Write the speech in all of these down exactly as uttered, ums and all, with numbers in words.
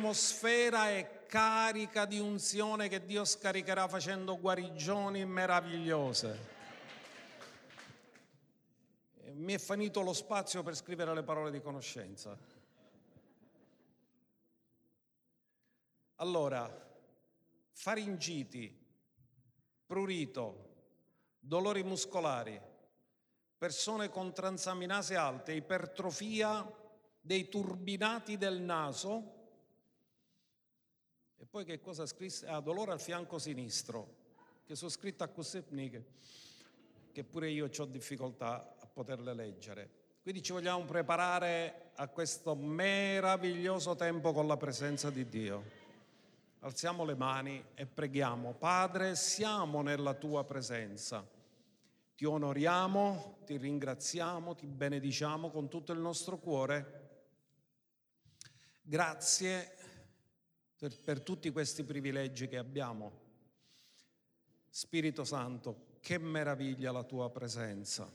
l'atmosfera è carica di unzione che Dio scaricherà facendo guarigioni meravigliose. Mi è finito lo spazio per scrivere le parole di conoscenza. Allora, faringiti, prurito, dolori muscolari, persone con transaminasi alte, ipertrofia dei turbinati del naso, e poi che cosa scrisse? Ah, dolore al fianco sinistro, che sono scritte a così, che pure io ho difficoltà a poterle leggere. Quindi ci vogliamo preparare a questo meraviglioso tempo con la presenza di Dio. Alziamo le mani e preghiamo. Padre, siamo nella tua presenza. Ti onoriamo, ti ringraziamo, ti benediciamo con tutto il nostro cuore. Grazie per, per tutti questi privilegi che abbiamo. Spirito Santo, che meraviglia la tua presenza.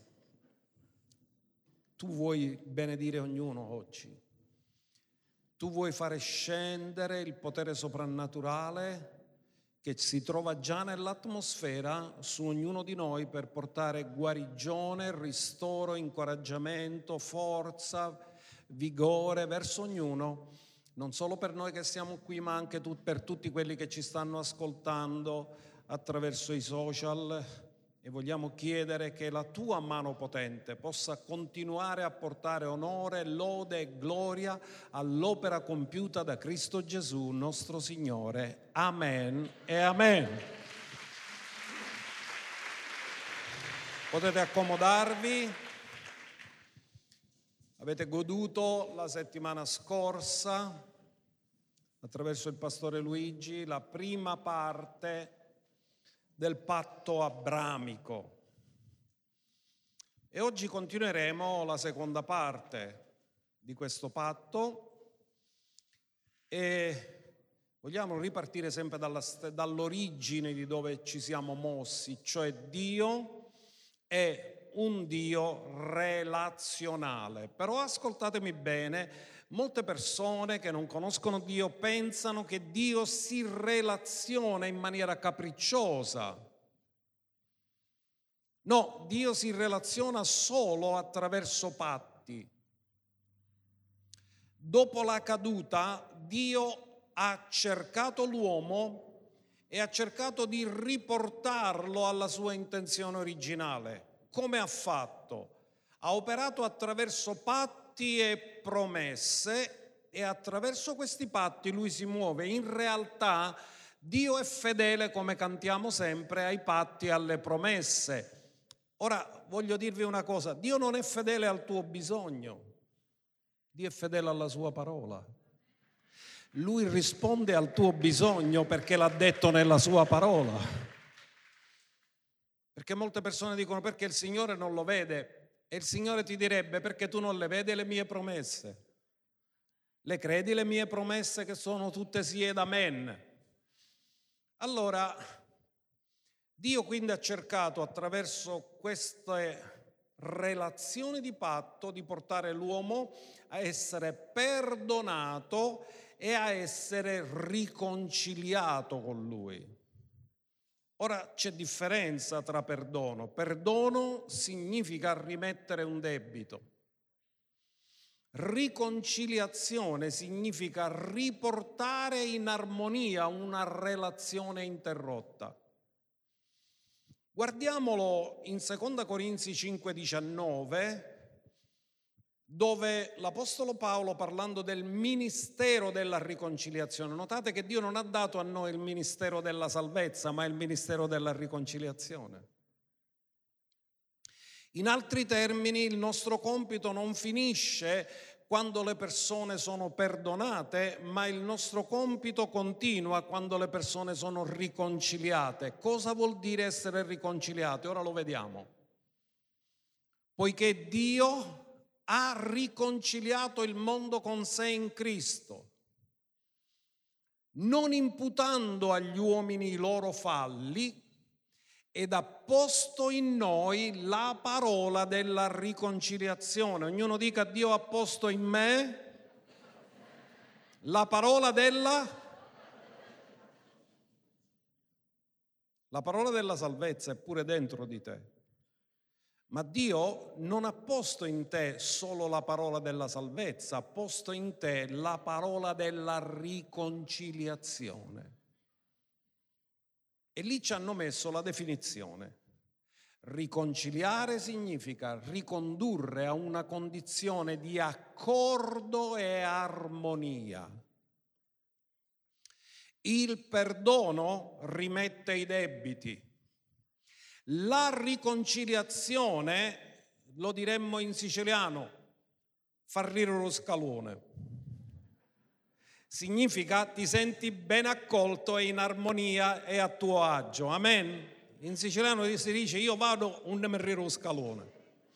Tu vuoi benedire ognuno oggi. Tu vuoi fare scendere il potere soprannaturale che si trova già nell'atmosfera su ognuno di noi per portare guarigione, ristoro, incoraggiamento, forza, vigore verso ognuno, non solo per noi che siamo qui, ma anche per tutti quelli che ci stanno ascoltando attraverso i social. E vogliamo chiedere che la tua mano potente possa continuare a portare onore, lode e gloria all'opera compiuta da Cristo Gesù, nostro Signore. Amen e amen. Potete accomodarvi. Avete goduto la settimana scorsa, attraverso il pastore Luigi, la prima parte del patto abramico. E oggi continueremo la seconda parte di questo patto e vogliamo ripartire sempre dalla, dall'origine di dove ci siamo mossi, cioè Dio è un Dio relazionale. Però ascoltatemi bene, molte persone che non conoscono Dio pensano che Dio si relaziona in maniera capricciosa. No, Dio si relaziona solo attraverso patti. Dopo la caduta, Dio ha cercato l'uomo e ha cercato di riportarlo alla sua intenzione originale. Come ha fatto? Ha operato attraverso patti e promesse e attraverso questi patti lui si muove. In realtà Dio è fedele, come cantiamo sempre, ai patti e alle promesse. Ora voglio dirvi una cosa, Dio non è fedele al tuo bisogno, Dio è fedele alla sua parola. Lui risponde al tuo bisogno perché l'ha detto nella sua parola. Perché molte persone dicono perché il Signore non lo vede, e il Signore ti direbbe perché tu non le vedi le mie promesse. Le credi le mie promesse che sono tutte sì ed amen? Allora, Dio quindi ha cercato attraverso queste relazioni di patto di portare l'uomo a essere perdonato e a essere riconciliato con Lui. Ora c'è differenza tra perdono. Perdono significa rimettere un debito. Riconciliazione significa riportare in armonia una relazione interrotta. Guardiamolo in seconda Corinzi cinque diciannove, dove l'Apostolo Paolo, parlando del ministero della riconciliazione, notate che Dio non ha dato a noi il ministero della salvezza, ma il ministero della riconciliazione. In altri termini, il nostro compito non finisce quando le persone sono perdonate, ma il nostro compito continua quando le persone sono riconciliate. Cosa vuol dire essere riconciliate? Ora lo vediamo. Poiché Dio ha riconciliato il mondo con sé in Cristo, non imputando agli uomini i loro falli, ed ha posto in noi la parola della riconciliazione. Ognuno dica: Dio ha posto in me La parola della... La parola della salvezza è pure dentro di te. Ma Dio non ha posto in te solo la parola della salvezza, ha posto in te la parola della riconciliazione. E lì ci hanno messo la definizione. Riconciliare significa ricondurre a una condizione di accordo e armonia. Il perdono rimette i debiti. La riconciliazione, lo diremmo in siciliano, far rire lo scalone. Significa ti senti ben accolto e in armonia e a tuo agio. Amen? In siciliano si dice io vado un mi rire lo scalone.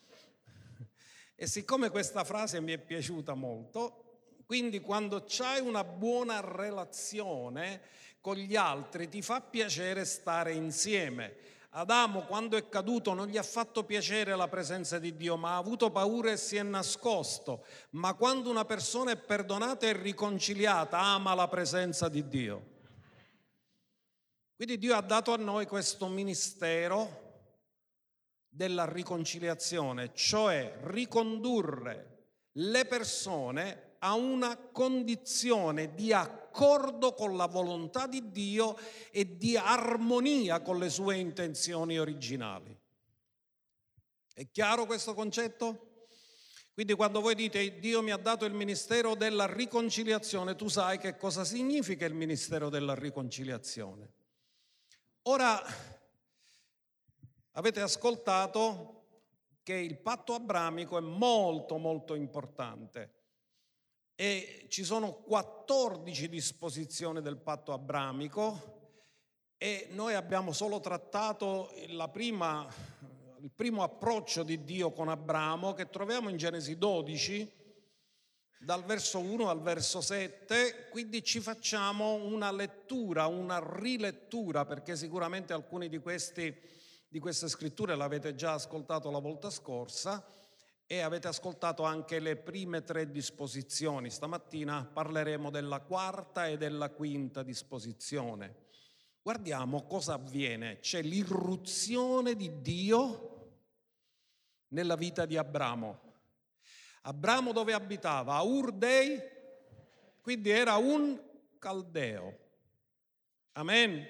E siccome questa frase mi è piaciuta molto, quindi quando c'hai una buona relazione con gli altri ti fa piacere stare insieme. Adamo, quando è caduto, non gli ha fatto piacere la presenza di Dio, ma ha avuto paura e si è nascosto. Ma quando una persona è perdonata e riconciliata, ama la presenza di Dio. Quindi Dio ha dato a noi questo ministero della riconciliazione, cioè ricondurre le persone a una condizione di accordo con la volontà di Dio e di armonia con le sue intenzioni originali. È chiaro questo concetto? Quindi quando voi dite Dio mi ha dato il ministero della riconciliazione, tu sai che cosa significa il ministero della riconciliazione. Ora, avete ascoltato che il patto abramico è molto molto importante. E ci sono quattordici disposizioni del patto abramico e noi abbiamo solo trattato la prima, il primo approccio di Dio con Abramo che troviamo in Genesi dodici, dal verso uno al verso sette, quindi ci facciamo una lettura, una rilettura, perché sicuramente alcuni di, questi, di queste scritture l'avete già ascoltato la volta scorsa, e avete ascoltato anche le prime tre disposizioni. Stamattina parleremo della quarta e della quinta disposizione. Guardiamo cosa avviene. C'è l'irruzione di Dio nella vita di Abramo. Abramo dove abitava? A Ur dei, quindi era un caldeo. Amen.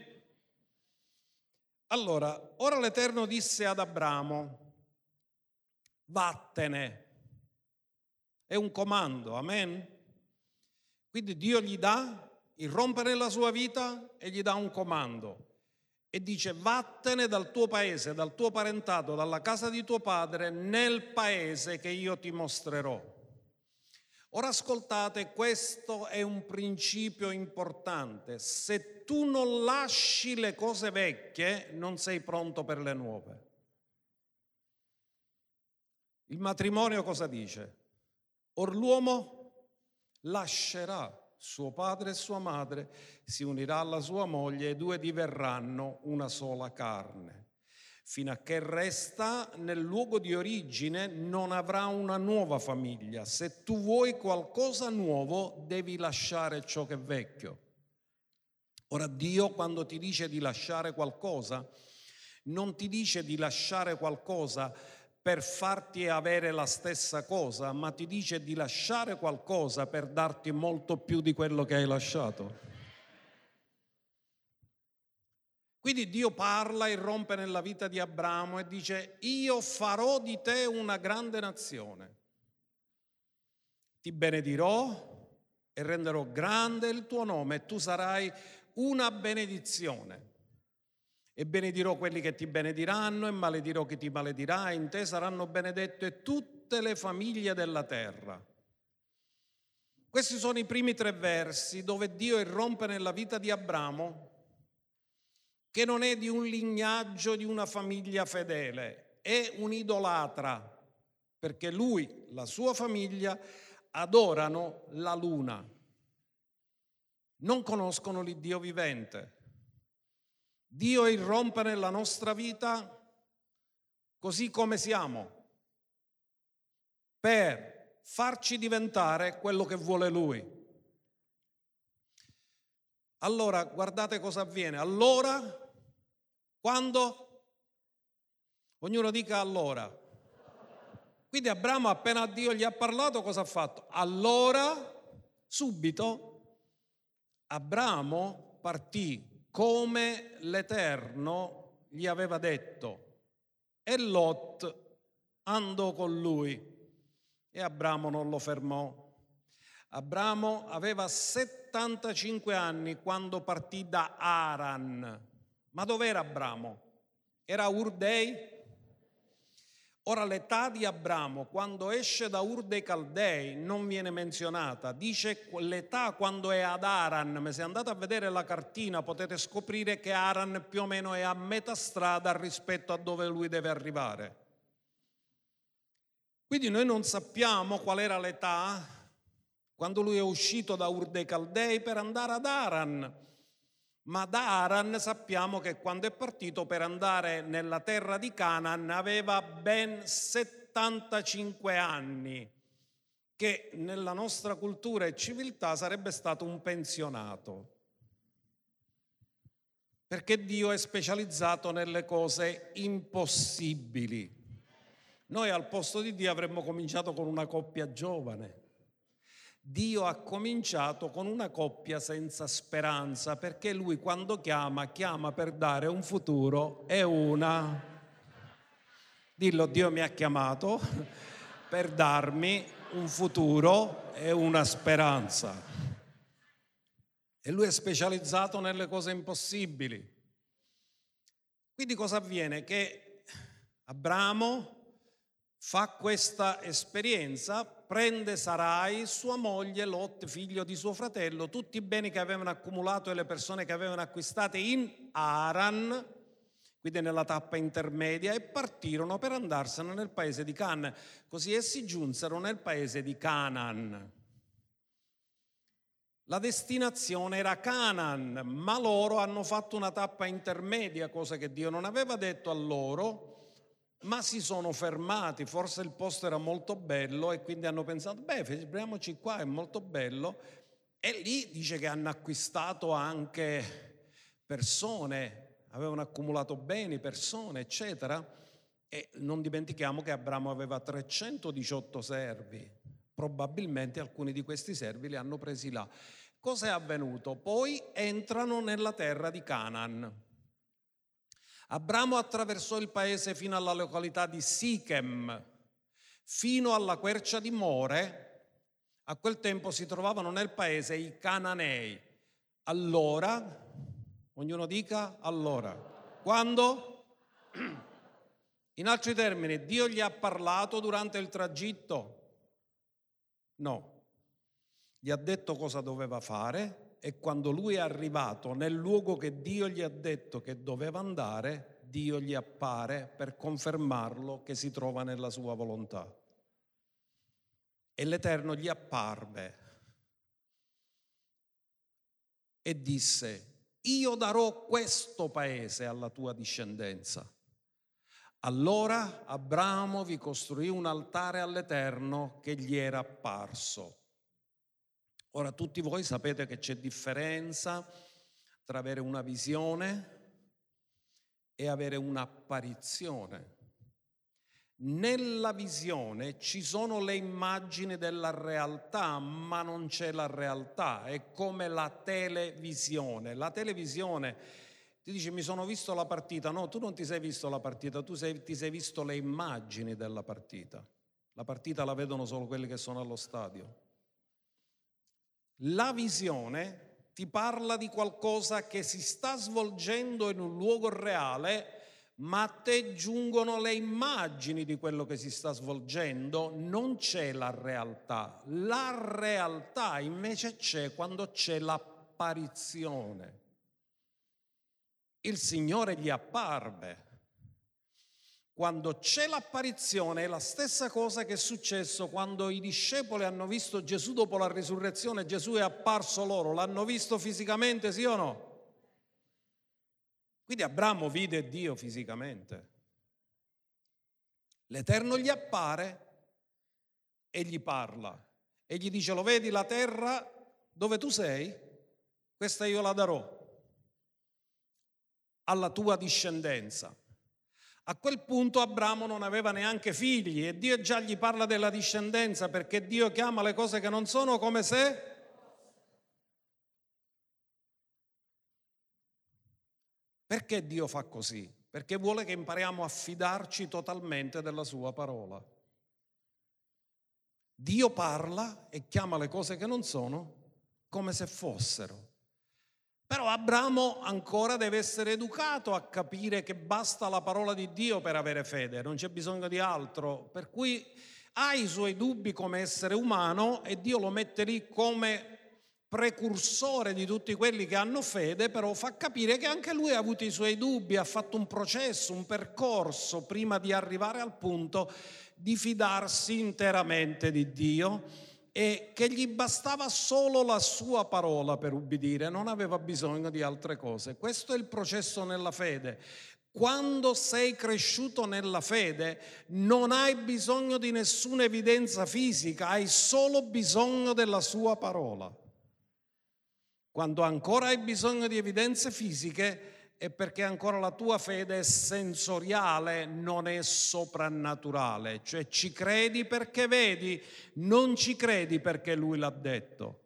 Allora, ora l'Eterno disse ad Abramo: vattene, è un comando, amen? Quindi Dio gli dà, irrompe nella sua vita e gli dà un comando e dice vattene dal tuo paese, dal tuo parentato, dalla casa di tuo padre, nel paese che io ti mostrerò. Ora ascoltate, questo è un principio importante. Se tu non lasci le cose vecchie, non sei pronto per le nuove. Il matrimonio cosa dice? Or l'uomo lascerà suo padre e sua madre, si unirà alla sua moglie e i due diverranno una sola carne. Fino a che resta nel luogo di origine non avrà una nuova famiglia. Se tu vuoi qualcosa nuovo devi lasciare ciò che è vecchio. Ora Dio quando ti dice di lasciare qualcosa non ti dice di lasciare qualcosa per farti avere la stessa cosa, ma ti dice di lasciare qualcosa per darti molto più di quello che hai lasciato. Quindi Dio parla, irrompe nella vita di Abramo e dice: io farò di te una grande nazione, ti benedirò e renderò grande il tuo nome e tu sarai una benedizione. E benedirò quelli che ti benediranno e maledirò chi ti maledirà, e in te saranno benedette tutte le famiglie della terra. Questi sono i primi tre versi dove Dio irrompe nella vita di Abramo, che non è di un lignaggio di una famiglia fedele, è un idolatra, perché lui, la sua famiglia, adorano la luna, non conoscono l'Iddio vivente. Dio irrompe nella nostra vita così come siamo, per farci diventare quello che vuole Lui. Allora, guardate cosa avviene. Allora, quando? Ognuno dica allora. Quindi Abramo, appena Dio gli ha parlato, cosa ha fatto? Allora, subito, Abramo partì come l'Eterno gli aveva detto e Lot andò con lui e Abramo non lo fermò. Abramo aveva settantacinque anni quando partì da Aran. Ma dov'era Abramo? Era a Ur dei? Ora l'età di Abramo quando esce da Ur dei Caldei non viene menzionata, dice l'età quando è ad Aran, ma se andate a vedere la cartina potete scoprire che Aran più o meno è a metà strada rispetto a dove lui deve arrivare. Quindi noi non sappiamo qual era l'età quando lui è uscito da Ur dei Caldei per andare ad Aran. Ma da Aran sappiamo che quando è partito per andare nella terra di Canaan aveva ben settantacinque anni, che nella nostra cultura e civiltà sarebbe stato un pensionato, perché Dio è specializzato nelle cose impossibili. Noi al posto di Dio avremmo cominciato con una coppia giovane. Dio ha cominciato con una coppia senza speranza, perché lui quando chiama, chiama per dare un futuro e una... Dillo, Dio mi ha chiamato per darmi un futuro e una speranza. E lui è specializzato nelle cose impossibili. Quindi cosa avviene? Che Abramo fa questa esperienza, prende Sarai, sua moglie, Lot, figlio di suo fratello, tutti i beni che avevano accumulato e le persone che avevano acquistate in Aran, quindi nella tappa intermedia, e partirono per andarsene nel paese di Canaan. Così essi giunsero nel paese di Canaan. La destinazione era Canaan, ma loro hanno fatto una tappa intermedia, cosa che Dio non aveva detto a loro, ma si sono fermati, forse il posto era molto bello e quindi hanno pensato, beh, fermiamoci qua, è molto bello, e lì dice che hanno acquistato anche persone, avevano accumulato beni, persone, eccetera, e non dimentichiamo che Abramo aveva trecentodiciotto servi, probabilmente alcuni di questi servi li hanno presi là. Cosa è avvenuto? Poi entrano nella terra di Canaan. Abramo attraversò il paese fino alla località di Sichem, fino alla quercia di More. A quel tempo si trovavano nel paese i Cananei. Allora, ognuno dica allora. Quando? In altri termini, Dio gli ha parlato durante il tragitto? No. Gli ha detto cosa doveva fare. E quando lui è arrivato nel luogo che Dio gli ha detto che doveva andare, Dio gli appare per confermarlo che si trova nella sua volontà. E l'Eterno gli apparve e disse: io darò questo paese alla tua discendenza. Allora Abramo vi costruì un altare all'Eterno che gli era apparso. Ora tutti voi sapete che c'è differenza tra avere una visione e avere un'apparizione. Nella visione ci sono le immagini della realtà, ma non c'è la realtà. È come la televisione. La televisione ti dice: mi sono visto la partita. No, tu non ti sei visto la partita, tu sei, ti sei visto le immagini della partita. La partita la vedono solo quelli che sono allo stadio. La visione ti parla di qualcosa che si sta svolgendo in un luogo reale, ma a te giungono le immagini di quello che si sta svolgendo, non c'è la realtà. La realtà invece c'è quando c'è l'apparizione. Il Signore gli apparve. Quando c'è l'apparizione è la stessa cosa che è successo quando i discepoli hanno visto Gesù dopo la risurrezione. Gesù è apparso loro, l'hanno visto fisicamente, sì o no? Quindi Abramo vide Dio fisicamente. L'Eterno gli appare e gli parla e gli dice: lo vedi la terra dove tu sei? questa io la darò alla tua discendenza. A quel punto Abramo non aveva neanche figli e Dio già gli parla della discendenza, perché Dio chiama le cose che non sono come se... Perché Dio fa così? Perché vuole che impariamo a fidarci totalmente della sua parola. Dio parla e chiama le cose che non sono come se fossero. Però Abramo ancora deve essere educato a capire che basta la parola di Dio per avere fede, non c'è bisogno di altro. Per cui ha i suoi dubbi come essere umano e Dio lo mette lì come precursore di tutti quelli che hanno fede, però fa capire che anche lui ha avuto i suoi dubbi, ha fatto un processo, un percorso prima di arrivare al punto di fidarsi interamente di Dio e che gli bastava solo la sua parola per ubbidire, non aveva bisogno di altre cose. Questo è il processo nella fede. Quando sei cresciuto nella fede non hai bisogno di nessuna evidenza fisica, hai solo bisogno della sua parola. Quando ancora hai bisogno di evidenze fisiche è perché ancora la tua fede è sensoriale, non è soprannaturale, cioè ci credi perché vedi, non ci credi perché lui l'ha detto.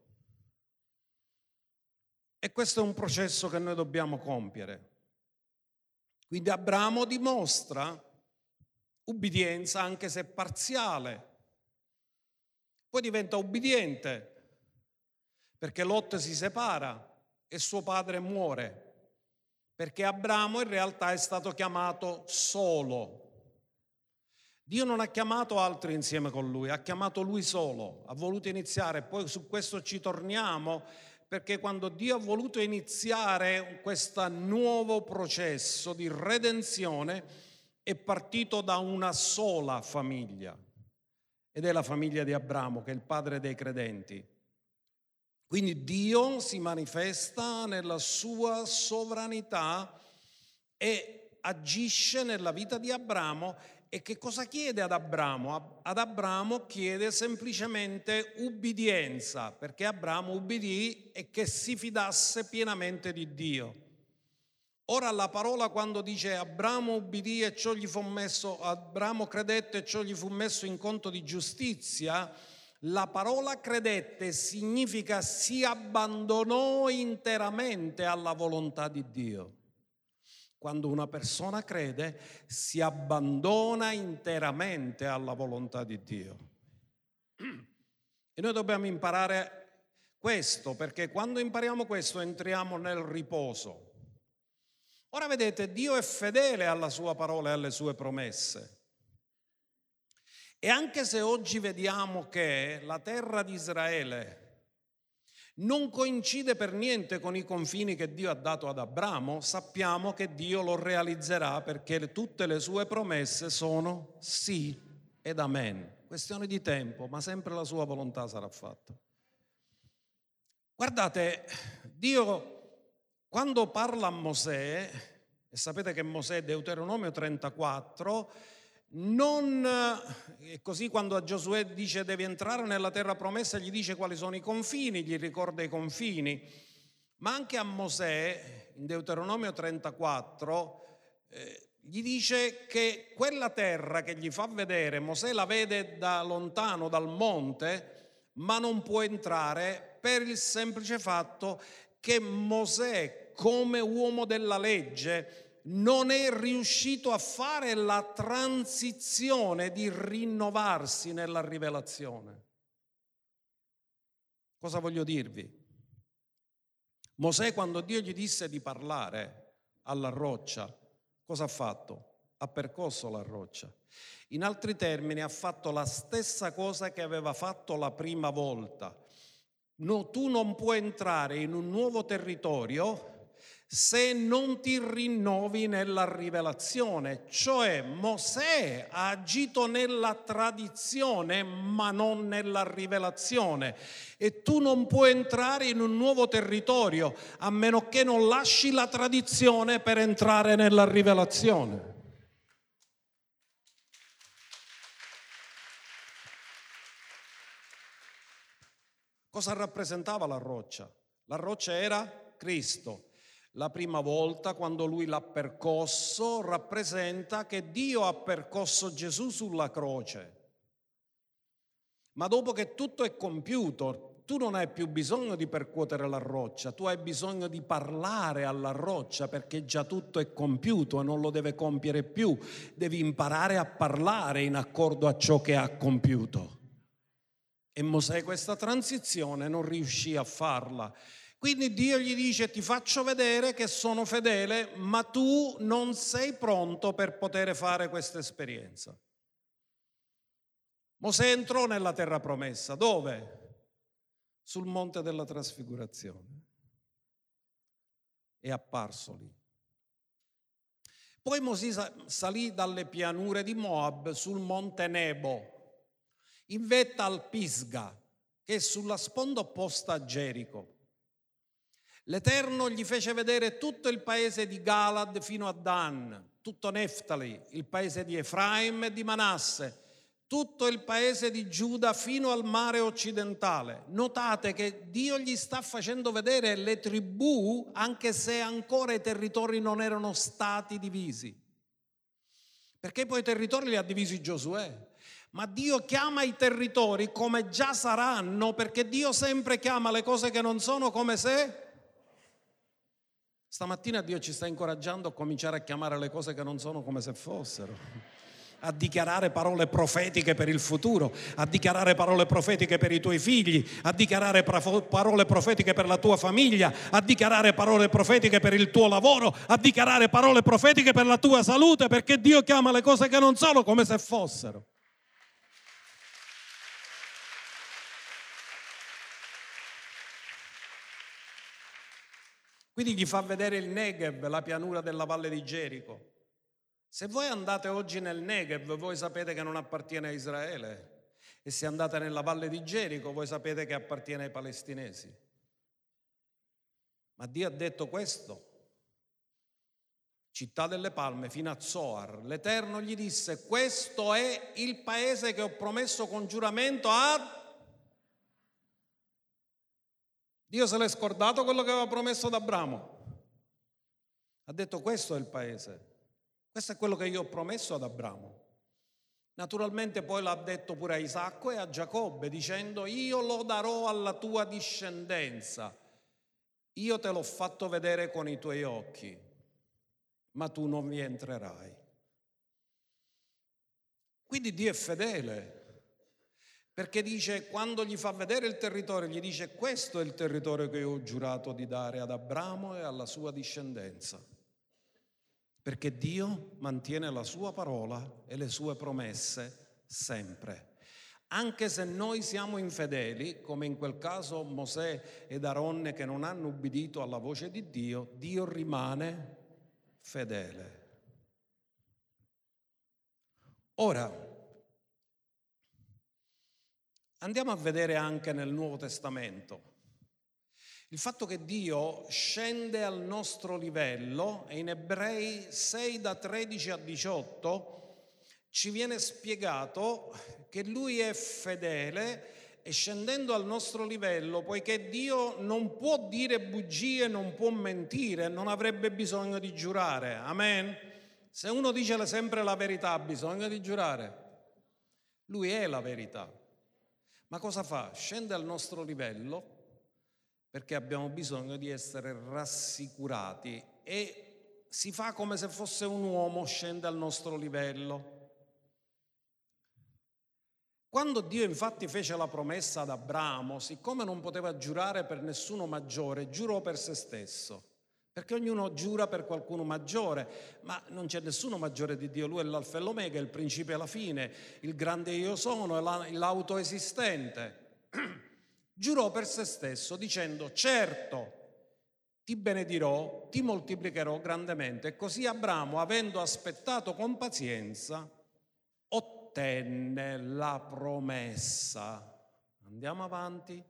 E questo è un processo che noi dobbiamo compiere. Quindi Abramo dimostra ubbidienza anche se parziale, poi diventa ubbidiente perché Lot si separa e suo padre muore, perché Abramo in realtà è stato chiamato solo. Dio non ha chiamato altri insieme con lui, ha chiamato lui solo, ha voluto iniziare, poi su questo ci torniamo, perché quando Dio ha voluto iniziare questo nuovo processo di redenzione è partito da una sola famiglia, ed è la famiglia di Abramo, che è il padre dei credenti. Quindi Dio si manifesta nella sua sovranità e agisce nella vita di Abramo. E che cosa chiede ad Abramo? Ad Abramo chiede semplicemente ubbidienza, perché Abramo ubbidì e che si fidasse pienamente di Dio. Ora la parola quando dice Abramo ubbidì e ciò gli fu messo, Abramo credette e ciò gli fu messo in conto di giustizia, la parola credette significa si abbandonò interamente alla volontà di Dio. Quando una persona crede, si abbandona interamente alla volontà di Dio. E noi dobbiamo imparare questo, perché quando impariamo questo entriamo nel riposo. Ora vedete, Dio è fedele alla sua parola e alle sue promesse. E anche se oggi vediamo che la terra di Israele non coincide per niente con i confini che Dio ha dato ad Abramo, sappiamo che Dio lo realizzerà, perché tutte le sue promesse sono sì ed amen. Questione di tempo, ma sempre la sua volontà sarà fatta. Guardate, Dio quando parla a Mosè, e sapete che Mosè, Deuteronomio trentaquattro, non è così, quando a Giosuè dice devi entrare nella terra promessa, gli dice quali sono i confini, gli ricorda i confini, ma anche a Mosè in Deuteronomio trentaquattro eh, gli dice che quella terra che gli fa vedere, Mosè la vede da lontano dal monte, ma non può entrare per il semplice fatto che Mosè, come uomo della legge, non è riuscito a fare la transizione di rinnovarsi nella rivelazione. Cosa voglio dirvi? Mosè, quando Dio gli disse di parlare alla roccia, cosa ha fatto? Ha percorso la roccia. In altri termini, ha fatto la stessa cosa che aveva fatto la prima volta. No, tu non puoi entrare in un nuovo territorio se non ti rinnovi nella rivelazione. Cioè Mosè ha agito nella tradizione ma non nella rivelazione, e tu non puoi entrare in un nuovo territorio a meno che non lasci la tradizione per entrare nella rivelazione. Cosa rappresentava la roccia? La roccia era Cristo. La prima volta, quando lui l'ha percosso, rappresenta che Dio ha percosso Gesù sulla croce. Ma dopo che tutto è compiuto, tu non hai più bisogno di percuotere la roccia, tu hai bisogno di parlare alla roccia, perché già tutto è compiuto e non lo deve compiere più. Devi imparare a parlare in accordo a ciò che ha compiuto. E Mosè questa transizione non riuscì a farla. Quindi Dio gli dice: ti faccio vedere che sono fedele, ma tu non sei pronto per poter fare questa esperienza. Mosè entrò nella terra promessa. Dove? Sul monte della trasfigurazione. È apparso lì. Poi Mosè salì dalle pianure di Moab sul monte Nebo, in vetta al Pisga, che è sulla sponda opposta a Gerico. L'Eterno gli fece vedere tutto il paese di Galad fino a Dan, tutto Neftali, il paese di Efraim e di Manasse, tutto il paese di Giuda fino al mare occidentale. Notate che Dio gli sta facendo vedere le tribù, anche se ancora i territori non erano stati divisi. Perché poi i territori li ha divisi Giosuè. Ma Dio chiama i territori come già saranno, perché Dio sempre chiama le cose che non sono come se... Stamattina Dio ci sta incoraggiando a cominciare a chiamare le cose che non sono come se fossero, a dichiarare parole profetiche per il futuro, a dichiarare parole profetiche per i tuoi figli, a dichiarare parole profetiche per la tua famiglia, a dichiarare parole profetiche per il tuo lavoro, a dichiarare parole profetiche per la tua salute, perché Dio chiama le cose che non sono come se fossero. Quindi gli fa vedere il Negev, la pianura della valle di Gerico. Se voi andate oggi nel Negev, voi sapete che non appartiene a Israele. E se andate nella valle di Gerico, voi sapete che appartiene ai palestinesi. Ma Dio ha detto questo. Città delle Palme, fino a Zoar. L'Eterno gli disse: questo è il paese che ho promesso con giuramento a... Dio se l'è scordato quello che aveva promesso ad Abramo. Ha detto: questo è il paese, questo è quello che io ho promesso ad Abramo. Naturalmente poi l'ha detto pure a Isacco e a Giacobbe, dicendo: io lo darò alla tua discendenza, io te l'ho fatto vedere con i tuoi occhi, ma tu non vi entrerai. Quindi Dio è fedele. Perché dice, quando gli fa vedere il territorio, gli dice: questo è il territorio che io ho giurato di dare ad Abramo e alla sua discendenza. Perché Dio mantiene la sua parola e le sue promesse sempre. Anche se noi siamo infedeli, come in quel caso Mosè ed Aronne che non hanno ubbidito alla voce di Dio, Dio rimane fedele. Ora, andiamo a vedere anche nel Nuovo Testamento il fatto che Dio scende al nostro livello, e in Ebrei sei da tredici a diciotto ci viene spiegato che Lui è fedele e scendendo al nostro livello, poiché Dio non può dire bugie, non può mentire, non avrebbe bisogno di giurare. Amen? Se uno dice sempre la verità, ha bisogno di giurare. Lui è la verità. Ma cosa fa? Scende al nostro livello perché abbiamo bisogno di essere rassicurati e si fa come se fosse un uomo, scende al nostro livello. Quando Dio infatti fece la promessa ad Abramo, siccome non poteva giurare per nessuno maggiore, giurò per se stesso. Perché ognuno giura per qualcuno maggiore, ma non c'è nessuno maggiore di Dio. Lui è l'alfa e l'omega, il principio e la fine, il grande io sono, l'autoesistente. Giurò per se stesso dicendo: certo, ti benedirò, ti moltiplicherò grandemente. E così Abramo, avendo aspettato con pazienza, ottenne la promessa. Andiamo avanti.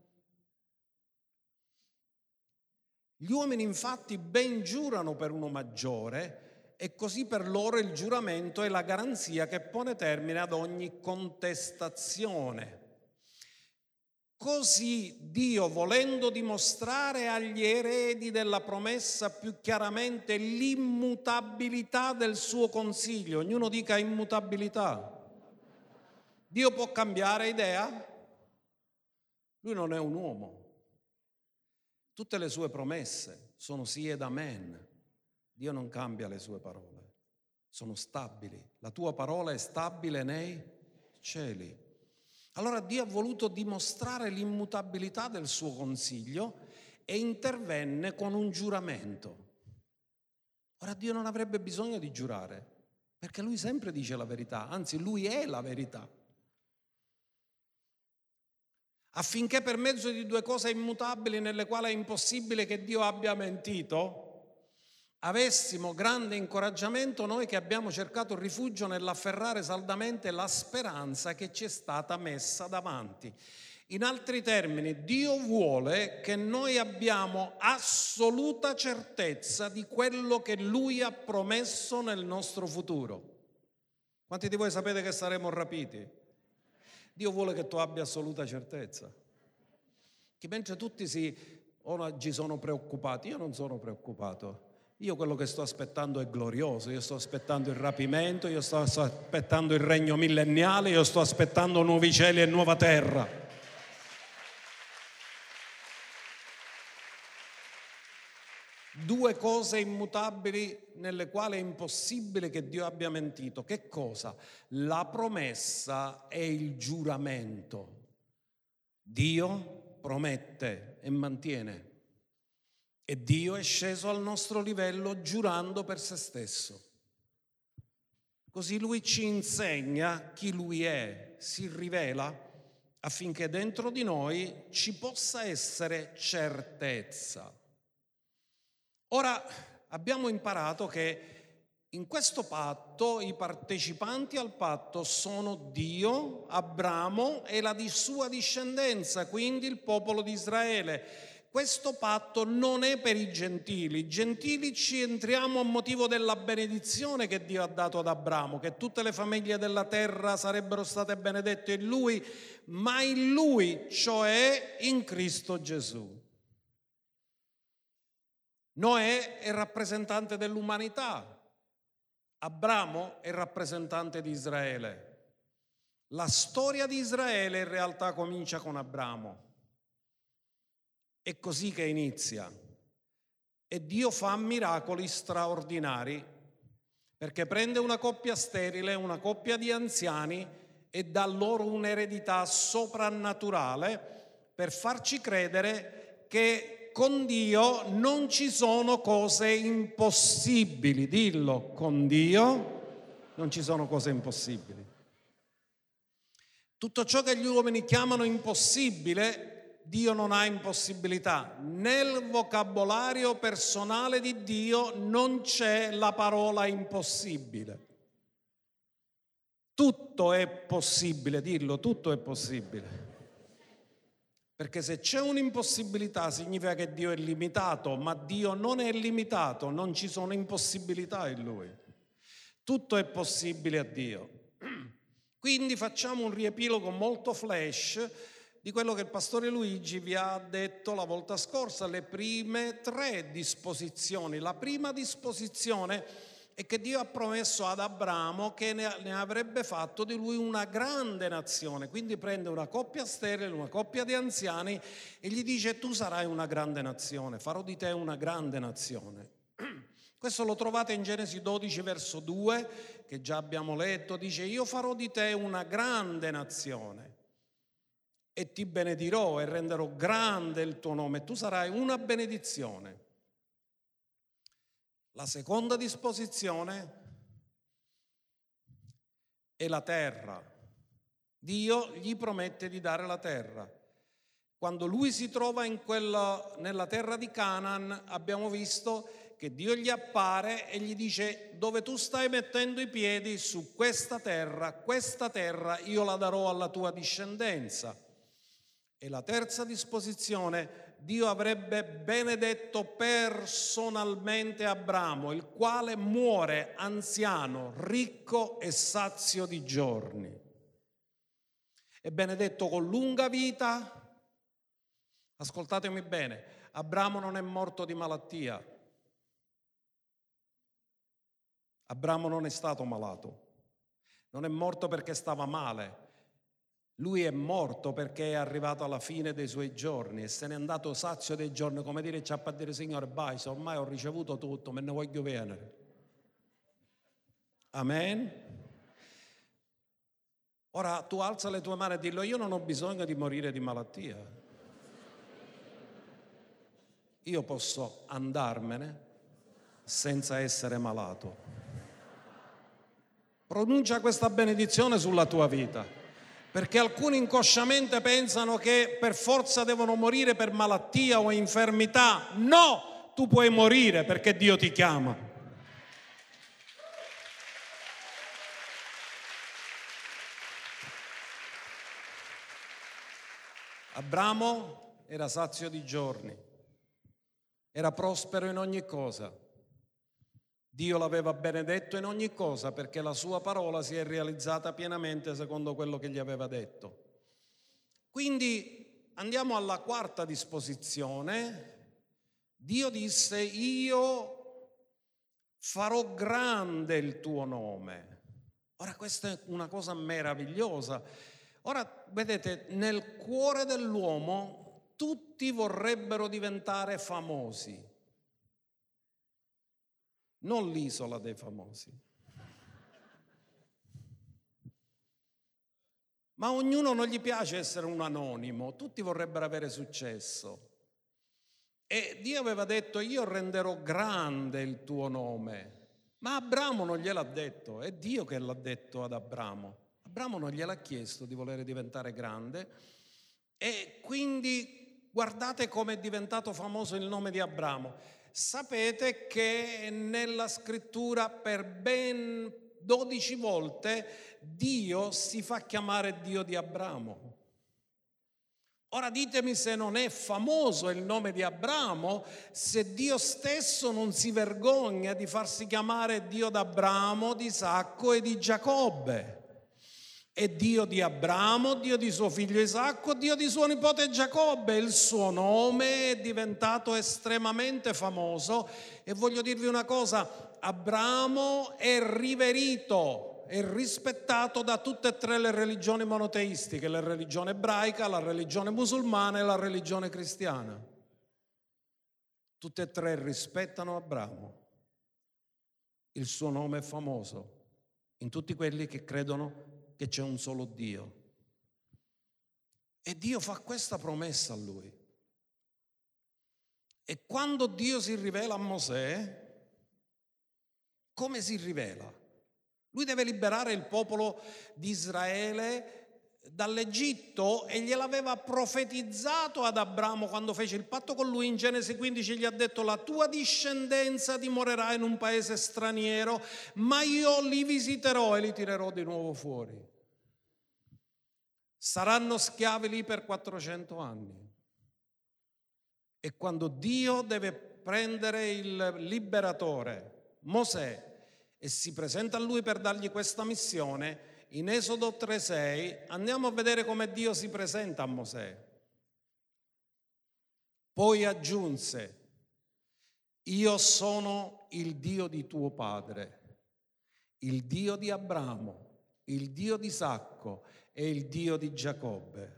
Gli uomini infatti ben giurano per uno maggiore, e così per loro il giuramento è la garanzia che pone termine ad ogni contestazione. Così Dio, volendo dimostrare agli eredi della promessa più chiaramente l'immutabilità del suo consiglio, ognuno dica immutabilità. Dio può cambiare idea? Lui non è un uomo. Tutte le sue promesse sono sì ed amen. Dio non cambia le sue parole, sono stabili. La tua parola è stabile nei cieli. Allora Dio ha voluto dimostrare l'immutabilità del suo consiglio e intervenne con un giuramento. Ora Dio non avrebbe bisogno di giurare, perché Lui sempre dice la verità, anzi Lui è la verità. Affinché per mezzo di due cose immutabili nelle quali è impossibile che Dio abbia mentito, avessimo grande incoraggiamento noi che abbiamo cercato rifugio nell'afferrare saldamente la speranza che ci è stata messa davanti. In altri termini, Dio vuole che noi abbiamo assoluta certezza di quello che Lui ha promesso nel nostro futuro. Quanti di voi sapete che saremo rapiti? Dio vuole che tu abbia assoluta certezza. Che mentre tutti si, oggi sono preoccupati, io non sono preoccupato. Io quello che sto aspettando è glorioso, io sto aspettando il rapimento, io sto aspettando il regno millenniale, io sto aspettando nuovi cieli e nuova terra. Due cose immutabili nelle quali è impossibile che Dio abbia mentito. Che cosa? La promessa e il giuramento. Dio promette e mantiene. E Dio è sceso al nostro livello giurando per se stesso. Così Lui ci insegna chi Lui è, si rivela affinché dentro di noi ci possa essere certezza. Ora abbiamo imparato che in questo patto i partecipanti al patto sono Dio, Abramo e la di sua discendenza, quindi il popolo di Israele. Questo patto non è per i gentili. I gentili ci entriamo a motivo della benedizione che Dio ha dato ad Abramo, che tutte le famiglie della terra sarebbero state benedette in lui, ma in lui, cioè in Cristo Gesù. Noè è rappresentante dell'umanità, Abramo è rappresentante di Israele. La storia di Israele in realtà comincia con Abramo. È così che inizia. E Dio fa miracoli straordinari, perché prende una coppia sterile, una coppia di anziani e dà loro un'eredità soprannaturale per farci credere che con Dio non ci sono cose impossibili. Dillo, con Dio non ci sono cose impossibili. Tutto ciò che gli uomini chiamano impossibile, Dio non ha impossibilità. Nel vocabolario personale di Dio non c'è la parola impossibile. Tutto è possibile, dillo, tutto è possibile. Perché se c'è un'impossibilità significa che Dio è limitato, ma Dio non è limitato, non ci sono impossibilità in Lui. Tutto è possibile a Dio. Quindi facciamo un riepilogo molto flash di quello che il pastore Luigi vi ha detto la volta scorsa, le prime tre disposizioni. La prima disposizione è che Dio ha promesso ad Abramo che ne avrebbe fatto di lui una grande nazione. Quindi prende una coppia sterile, una coppia di anziani e gli dice: tu sarai una grande nazione, farò di te una grande nazione. Questo lo trovate in Genesi dodici verso due, che già abbiamo letto, dice: io farò di te una grande nazione e ti benedirò e renderò grande il tuo nome, tu sarai una benedizione. La seconda disposizione è la terra. Dio gli promette di dare la terra. Quando lui si trova in quella, nella terra di Canaan, abbiamo visto che Dio gli appare e gli dice: dove tu stai mettendo i piedi, su questa terra, questa terra io la darò alla tua discendenza. E la terza disposizione: Dio avrebbe benedetto personalmente Abramo, il quale muore anziano, ricco e sazio di giorni. È benedetto con lunga vita, Ascoltatemi bene, Abramo non è morto di malattia. Abramo non è stato malato. Non è morto perché stava male. Lui è morto perché è arrivato alla fine dei suoi giorni e se n'è andato sazio dei giorni, come dire, c'ha per dire: Signore, basta, ormai ho ricevuto tutto, me ne voglio venire. Amen. Ora tu alza le tue mani e dillo: io non ho bisogno di morire di malattia. Io posso andarmene senza essere malato. Pronuncia questa benedizione sulla tua vita. Perché alcuni inconsciamente pensano che per forza devono morire per malattia o infermità. No, tu puoi morire perché Dio ti chiama. Abramo era sazio di giorni, era prospero in ogni cosa. Dio l'aveva benedetto in ogni cosa perché la sua parola si è realizzata pienamente secondo quello che gli aveva detto. Quindi andiamo alla quarta disposizione. Dio disse: io farò grande il tuo nome. Ora questa è una cosa meravigliosa. Ora vedete, nel cuore dell'uomo tutti vorrebbero diventare famosi. Non l'isola dei famosi, ma ognuno non gli piace essere un anonimo, tutti vorrebbero avere successo. E Dio aveva detto: io renderò grande il tuo nome, ma Abramo non gliel'ha detto, è Dio che l'ha detto ad Abramo. Abramo non gliel'ha chiesto di volere diventare grande e quindi guardate come è diventato famoso il nome di Abramo. Sapete che nella scrittura per ben dodici volte Dio si fa chiamare Dio di Abramo. Ora ditemi se non è famoso il nome di Abramo, se Dio stesso non si vergogna di farsi chiamare Dio d'Abramo, di Isacco e di Giacobbe. È Dio di Abramo, Dio di suo figlio Isacco, Dio di suo nipote Giacobbe. Il suo nome è diventato estremamente famoso e voglio dirvi una cosa: Abramo è riverito, è rispettato da tutte e tre le religioni monoteistiche, la religione ebraica, la religione musulmana e la religione cristiana. Tutte e tre rispettano Abramo. Il suo nome è famoso in tutti quelli che credono che c'è un solo Dio. E Dio fa questa promessa a lui. E quando Dio si rivela a Mosè, come si rivela? Lui deve liberare il popolo di Israele dall'Egitto e gliel'aveva profetizzato ad Abramo quando fece il patto con lui. In Genesi quindici gli ha detto: la tua discendenza dimorerà in un paese straniero, ma io li visiterò e li tirerò di nuovo fuori. Saranno schiavi lì per quattrocento anni. E quando Dio deve prendere il liberatore, Mosè, e si presenta a lui per dargli questa missione, in Esodo tre sei andiamo a vedere come Dio si presenta a Mosè. Poi aggiunse: io sono il Dio di tuo padre, il Dio di Abramo, il Dio di Isacco e il Dio di Giacobbe.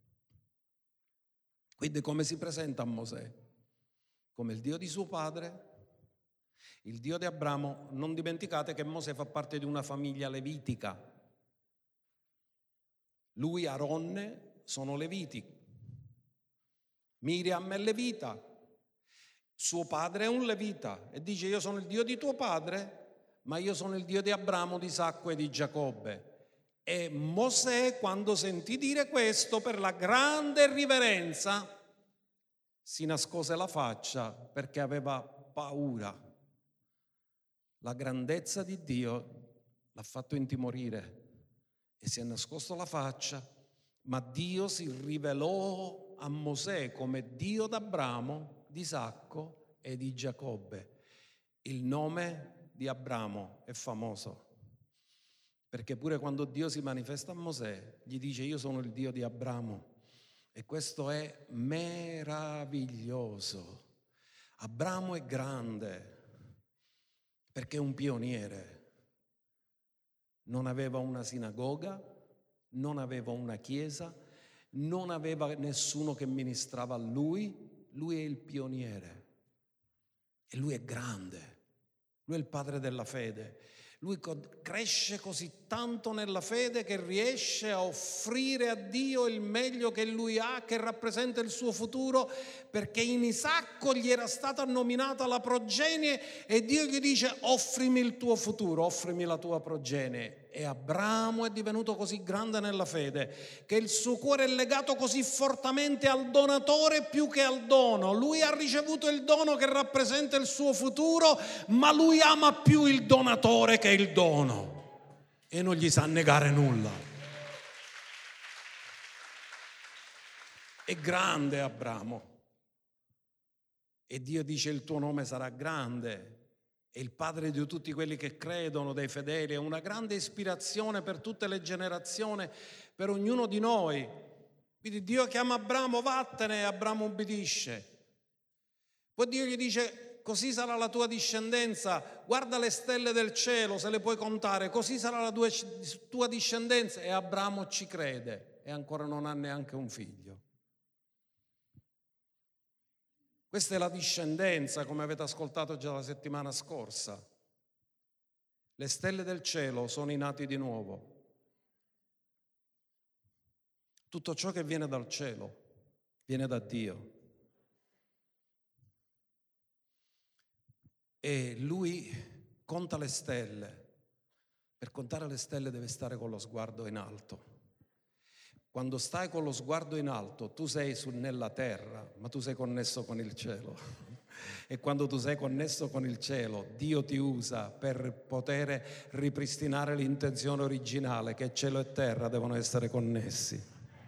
Quindi come si presenta a Mosè? Come il Dio di suo padre, il Dio di Abramo. Non dimenticate che Mosè fa parte di una famiglia levitica. Lui e Aronne sono leviti. Miriam è levita. Suo padre è un levita e dice: io sono il Dio di tuo padre, ma io sono il Dio di Abramo, di Isacco e di Giacobbe. E Mosè, quando sentì dire questo, per la grande riverenza, si nascose la faccia perché aveva paura. La grandezza di Dio l'ha fatto intimorire e si è nascosto la faccia, ma Dio si rivelò a Mosè come Dio d'Abramo, di Isacco e di Giacobbe. Il nome di Abramo è famoso perché pure quando Dio si manifesta a Mosè gli dice: io sono il Dio di Abramo, E questo è meraviglioso. Abramo è grande perché è un pioniere. Non aveva una sinagoga, non aveva una chiesa, non aveva nessuno che ministrava a lui. Lui è il pioniere e lui è grande. Lui è il padre della fede. Lui cresce così tanto nella fede che riesce a offrire a Dio il meglio che lui ha, che rappresenta il suo futuro, perché in Isacco gli era stata nominata la progenie e Dio gli dice: offrimi il tuo futuro, offrimi la tua progenie. E Abramo è divenuto così grande nella fede che il suo cuore è legato così fortemente al donatore più che al dono. Lui ha ricevuto il dono che rappresenta il suo futuro, ma lui ama più il donatore che il dono e non gli sa negare nulla. È grande Abramo e Dio dice: il tuo nome sarà grande. È il padre di tutti quelli che credono, dei fedeli, è una grande ispirazione per tutte le generazioni, per ognuno di noi. Quindi Dio chiama Abramo, vattene, e Abramo ubbidisce. Poi Dio gli dice: così sarà la tua discendenza, guarda le stelle del cielo, se le puoi contare, così sarà la tua, tua discendenza. E Abramo ci crede e ancora non ha neanche un figlio. Questa è la discendenza, come avete ascoltato già la settimana scorsa. Le stelle del cielo sono i nati di nuovo. Tutto ciò che viene dal cielo viene da Dio. E lui conta le stelle. Per contare le stelle deve stare con lo sguardo in alto. Quando stai con lo sguardo in alto, tu sei su, nella terra, ma tu sei connesso con il cielo. E quando tu sei connesso con il cielo, Dio ti usa per poter ripristinare l'intenzione originale, che cielo e terra devono essere connessi.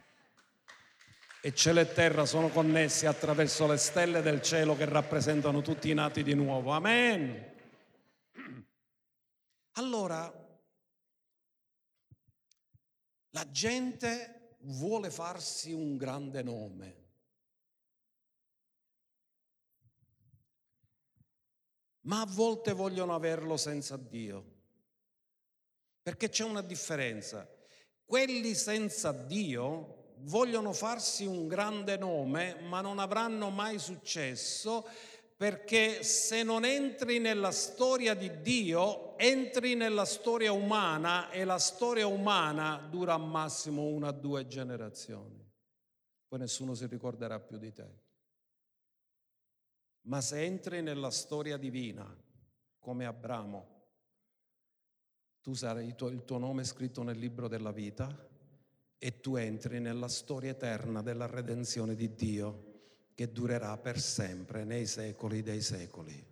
E cielo e terra sono connessi attraverso le stelle del cielo che rappresentano tutti i nati di nuovo. Amen. Allora, la gente vuole farsi un grande nome. Ma a volte vogliono averlo senza Dio. Perché c'è una differenza. Quelli senza Dio vogliono farsi un grande nome, ma non avranno mai successo, perché se non entri nella storia di Dio, entri nella storia umana, e la storia umana dura al massimo una o due generazioni. Poi nessuno si ricorderà più di te. Ma se entri nella storia divina, come Abramo, tu sarai, il tuo, il tuo nome è scritto nel libro della vita e tu entri nella storia eterna della redenzione di Dio, che durerà per sempre, nei secoli dei secoli.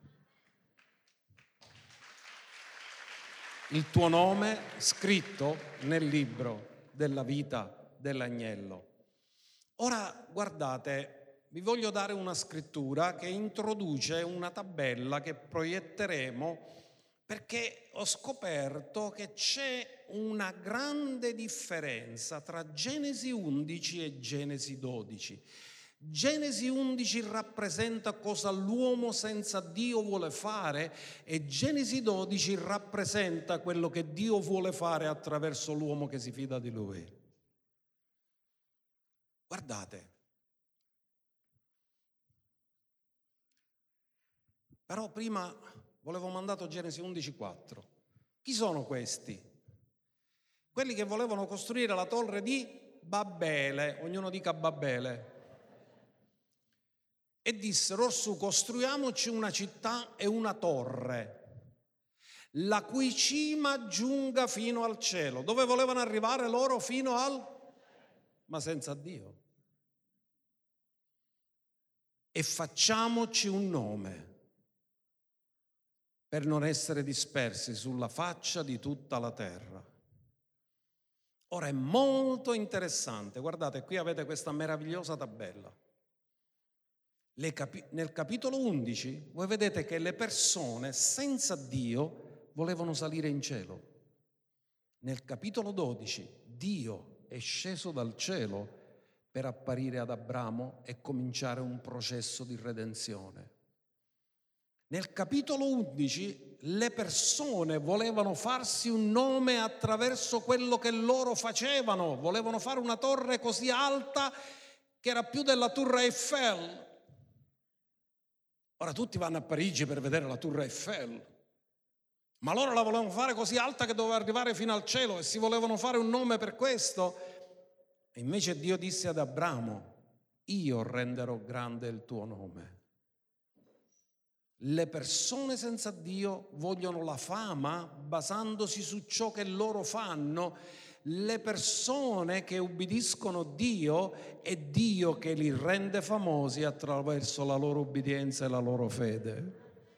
Il tuo nome scritto nel libro della vita dell'agnello. Ora, guardate, vi voglio dare una scrittura che introduce una tabella che proietteremo, perché ho scoperto che c'è una grande differenza tra Genesi undici e Genesi dodici. Genesi undici rappresenta cosa l'uomo senza Dio vuole fare e Genesi dodici rappresenta quello che Dio vuole fare attraverso l'uomo che si fida di Lui. Guardate, però prima volevo mandato Genesi undici quattro. Chi sono questi? Quelli che volevano costruire la torre di Babele, ognuno dica Babele. E dissero: orsù, costruiamoci una città e una torre, la cui cima giunga fino al cielo. Dove volevano arrivare loro? Fino al... ma senza Dio. E facciamoci un nome per non essere dispersi sulla faccia di tutta la terra. Ora è molto interessante, guardate, qui avete questa meravigliosa tabella. Le capi- nel capitolo undici voi vedete che le persone senza Dio volevano salire in cielo. Nel capitolo dodici Dio è sceso dal cielo per apparire ad Abramo e cominciare un processo di redenzione. Nel capitolo undici le persone volevano farsi un nome attraverso quello che loro facevano, volevano fare una torre così alta che era più della Tour Eiffel. Ora tutti vanno a Parigi per vedere la Tour Eiffel, ma loro la volevano fare così alta che doveva arrivare fino al cielo e si volevano fare un nome per questo. E invece Dio disse ad Abramo: io renderò grande il tuo nome. Le persone senza Dio vogliono la fama basandosi su ciò che loro fanno. Le persone che ubbidiscono Dio, è Dio che li rende famosi attraverso la loro ubbidienza e la loro fede.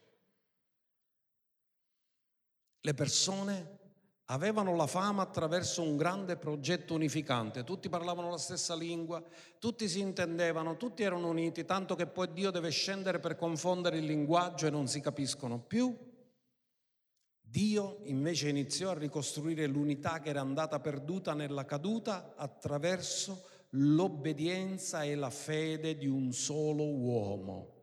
Le persone avevano la fama attraverso un grande progetto unificante, tutti parlavano la stessa lingua, tutti si intendevano, tutti erano uniti, tanto che poi Dio deve scendere per confondere il linguaggio e non si capiscono più. Dio invece iniziò a ricostruire l'unità che era andata perduta nella caduta attraverso l'obbedienza e la fede di un solo uomo.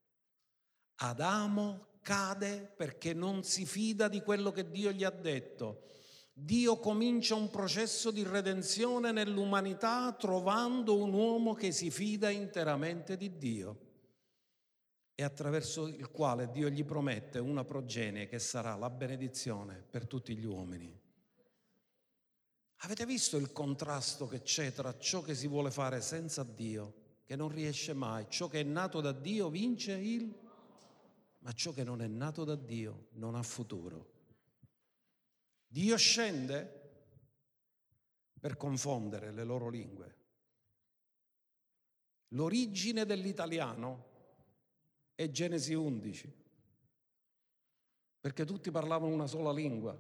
Adamo cade perché non si fida di quello che Dio gli ha detto. Dio comincia un processo di redenzione nell'umanità trovando un uomo che si fida interamente di Dio e attraverso il quale Dio gli promette una progenie che sarà la benedizione per tutti gli uomini. Avete visto il contrasto che c'è tra ciò che si vuole fare senza Dio, che non riesce mai? Ciò che è nato da Dio vince il... ma ciò che non è nato da Dio non ha futuro. Dio scende per confondere le loro lingue. L'origine dell'italiano è Genesi undici, perché tutti parlavano una sola lingua,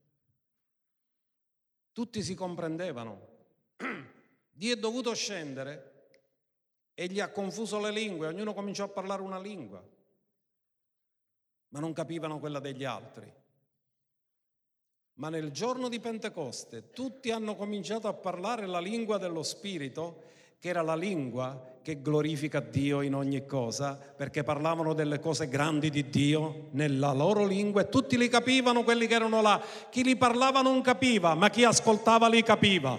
tutti si comprendevano. Dio è dovuto scendere e gli ha confuso le lingue, ognuno cominciò a parlare una lingua, ma non capivano quella degli altri. Ma nel giorno di Pentecoste tutti hanno cominciato a parlare la lingua dello Spirito, che era la lingua che glorifica Dio in ogni cosa, perché parlavano delle cose grandi di Dio nella loro lingua e tutti li capivano, quelli che erano là. Chi li parlava non capiva, ma chi ascoltava li capiva.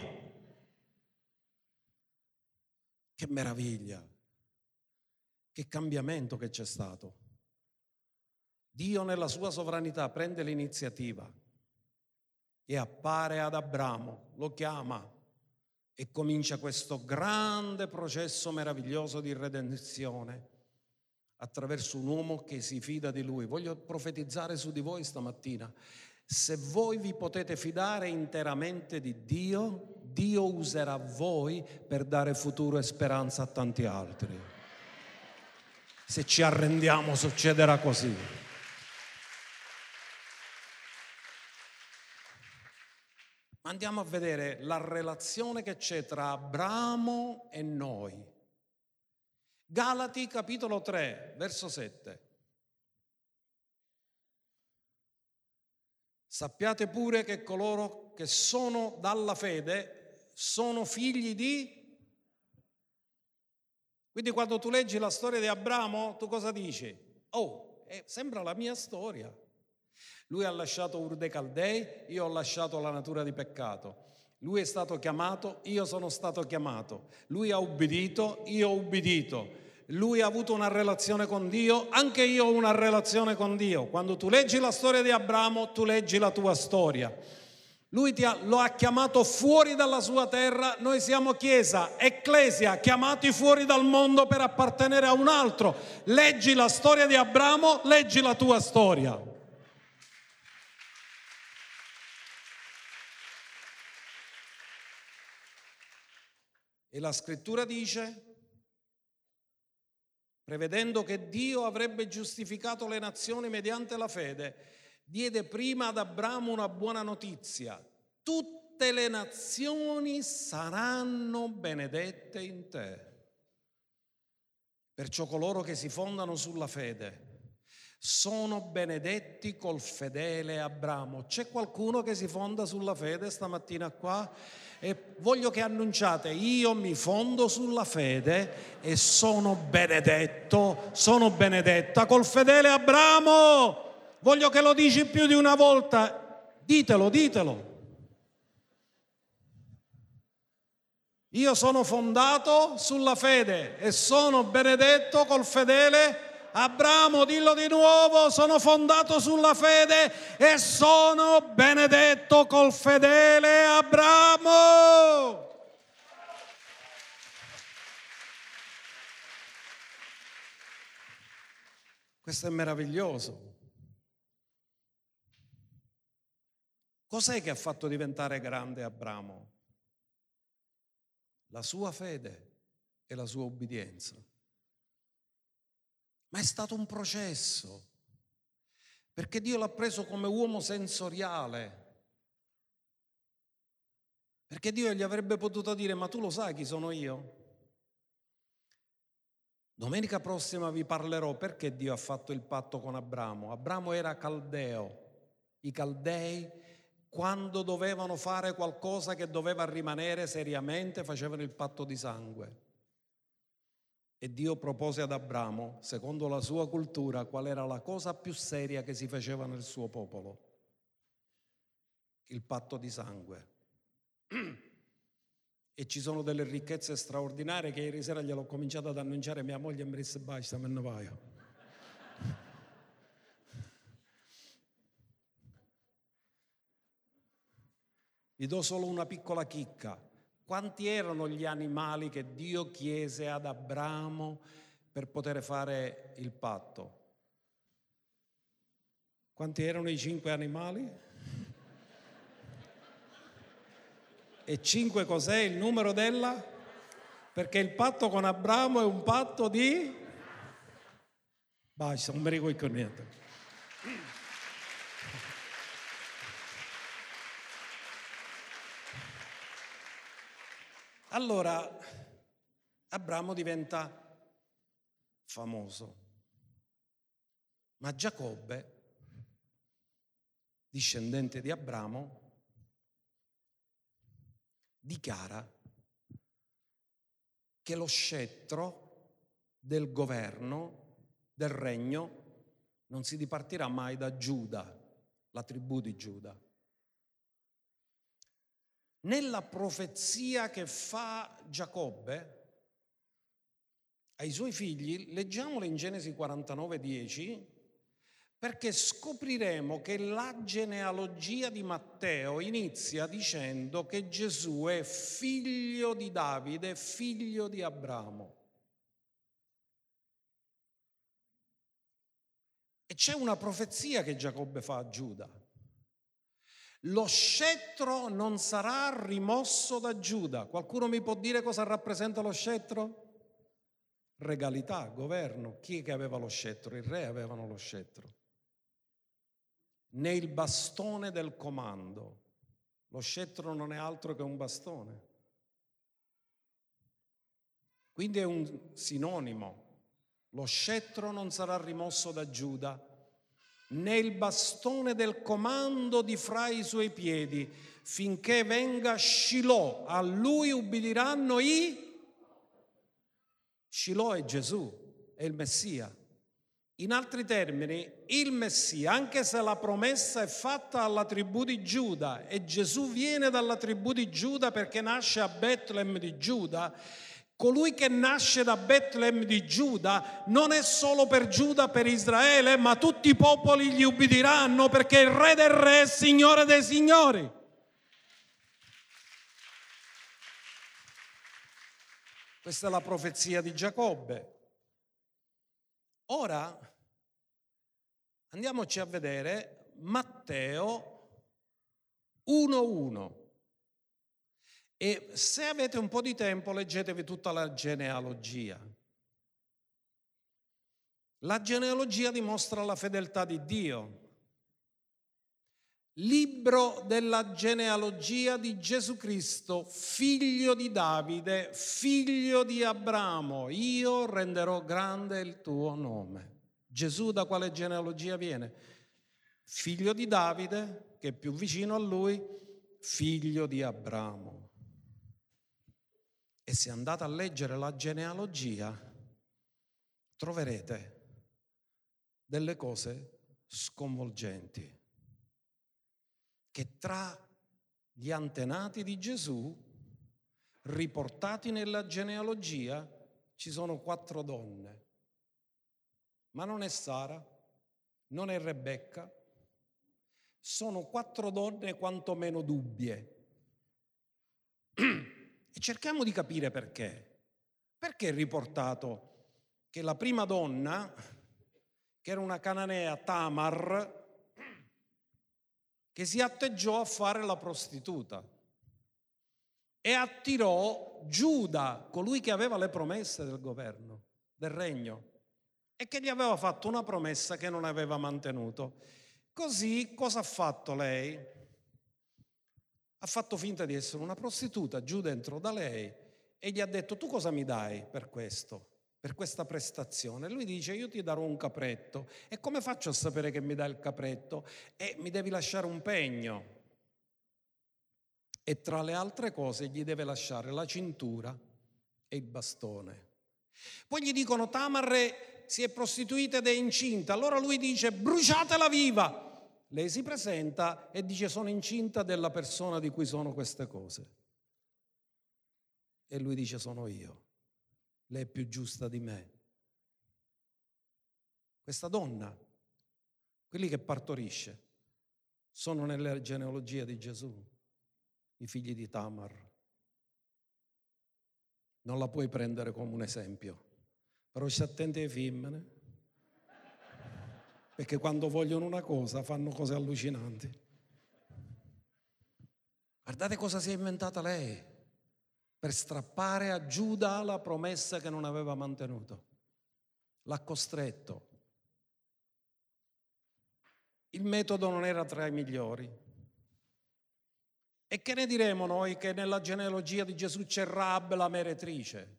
Che meraviglia, che cambiamento che c'è stato. Dio nella sua sovranità prende l'iniziativa e appare ad Abramo, lo chiama e comincia questo grande processo meraviglioso di redenzione attraverso un uomo che si fida di lui. Voglio profetizzare su di voi stamattina: se voi vi potete fidare interamente di Dio, Dio userà voi per dare futuro e speranza a tanti altri. Se ci arrendiamo succederà così. Andiamo a vedere la relazione che c'è tra Abramo e noi. Galati capitolo tre, verso sette. Sappiate pure che coloro che sono dalla fede sono figli di... Quindi quando tu leggi la storia di Abramo, tu cosa dici? Oh, eh, sembra la mia storia. Lui ha lasciato Ur dei Caldei, io ho lasciato la natura di peccato. Lui è stato chiamato, io sono stato chiamato. Lui ha ubbidito, io ho ubbidito. Lui ha avuto una relazione con Dio, anche io ho una relazione con Dio. Quando tu leggi la storia di Abramo, tu leggi la tua storia. Lui ti ha, lo ha chiamato fuori dalla sua terra, noi siamo chiesa, ecclesia, chiamati fuori dal mondo per appartenere a un altro. Leggi la storia di Abramo, leggi la tua storia. E la scrittura dice, prevedendo che Dio avrebbe giustificato le nazioni mediante la fede, diede prima ad Abramo una buona notizia: tutte le nazioni saranno benedette in te. Perciò coloro che si fondano sulla fede sono benedetti col fedele Abramo. C'è qualcuno che si fonda sulla fede stamattina qua? E voglio che annunciate: io mi fondo sulla fede e sono benedetto, sono benedetta col fedele Abramo. Voglio che lo dici più di una volta. Ditelo, ditelo. Io sono fondato sulla fede e sono benedetto col fedele Abramo. Dillo di nuovo: sono fondato sulla fede e sono benedetto col fedele Abramo. Questo è meraviglioso. Cos'è che ha fatto diventare grande Abramo? La sua fede e la sua obbedienza. Ma è stato un processo, perché Dio l'ha preso come uomo sensoriale, perché Dio gli avrebbe potuto dire: ma tu lo sai chi sono io? Domenica prossima vi parlerò perché Dio ha fatto il patto con Abramo. Abramo era caldeo. I caldei, quando dovevano fare qualcosa che doveva rimanere seriamente, facevano il patto di sangue. E Dio propose ad Abramo, secondo la sua cultura, qual era la cosa più seria che si faceva nel suo popolo: il patto di sangue. E ci sono delle ricchezze straordinarie che ieri sera gliel'ho cominciato ad annunciare a mia moglie e mi disse: basta, me ne vai. Vi do solo una piccola chicca. Quanti erano gli animali che Dio chiese ad Abramo per poter fare il patto? Quanti erano i cinque animali? E cinque cos'è il numero della? Perché il patto con Abramo è un patto di... Basta, non mi ricordo niente. Allora, Abramo diventa famoso, ma Giacobbe, discendente di Abramo, dichiara che lo scettro del governo, del regno, non si dipartirà mai da Giuda, la tribù di Giuda. Nella profezia che fa Giacobbe ai suoi figli, leggiamola in Genesi quarantanove dieci, perché scopriremo che la genealogia di Matteo inizia dicendo che Gesù è figlio di Davide, figlio di Abramo. E c'è una profezia che Giacobbe fa a Giuda. Lo scettro non sarà rimosso da Giuda. Qualcuno mi può dire cosa rappresenta lo scettro? Regalità, governo. Chi è che aveva lo scettro? Il re avevano lo scettro. Né il bastone del comando. Lo scettro non è altro che un bastone. Quindi è un sinonimo. Lo scettro non sarà rimosso da Giuda, né il bastone del comando di fra i suoi piedi, finché venga Shilò. A lui ubbidiranno i... Shilò è Gesù, è il Messia. In altri termini, il Messia, anche se la promessa è fatta alla tribù di Giuda e Gesù viene dalla tribù di Giuda perché nasce a Betlem di Giuda, colui che nasce da Betlem di Giuda non è solo per Giuda, per Israele, ma tutti i popoli gli ubbidiranno perché il Re del Re è Signore dei Signori. Questa è la profezia di Giacobbe. Ora andiamoci a vedere Matteo uno uno. E se avete un po' di tempo, leggetevi tutta la genealogia. La genealogia dimostra la fedeltà di Dio. Libro della genealogia di Gesù Cristo, figlio di Davide, figlio di Abramo. Io renderò grande il tuo nome. Gesù da quale genealogia viene? Figlio di Davide, che è più vicino a lui, figlio di Abramo. E se andate a leggere la genealogia, troverete delle cose sconvolgenti, che tra gli antenati di Gesù, riportati nella genealogia, ci sono quattro donne. Ma non è Sara, non è Rebecca, sono quattro donne quantomeno dubbie. E cerchiamo di capire perché. Perché è riportato che la prima donna, che era una cananea, Tamar, che si atteggiò a fare la prostituta e attirò Giuda, colui che aveva le promesse del governo, del regno, e che gli aveva fatto una promessa che non aveva mantenuto. Così cosa ha fatto lei? Ha fatto finta di essere una prostituta, Giuda entrò da lei e gli ha detto: tu cosa mi dai per questo, per questa prestazione? Lui dice: io ti darò un capretto. E come faccio a sapere che mi dai il capretto? E mi devi lasciare un pegno. E tra le altre cose gli deve lasciare la cintura e il bastone. Poi gli dicono: Tamar si è prostituita ed è incinta. Allora lui dice: bruciatela viva. Lei si presenta e dice: sono incinta della persona di cui sono queste cose. E lui dice: sono io. Lei è più giusta di me. Questa donna, quelli che partorisce, sono nella genealogia di Gesù, i figli di Tamar. Non la puoi prendere come un esempio, però stai attenti ai femmine, perché quando vogliono una cosa fanno cose allucinanti. Guardate cosa si è inventata lei per strappare a Giuda la promessa che non aveva mantenuto. L'ha costretto. Il metodo non era tra i migliori. E che ne diremo noi che nella genealogia di Gesù c'è Rahab la meretrice,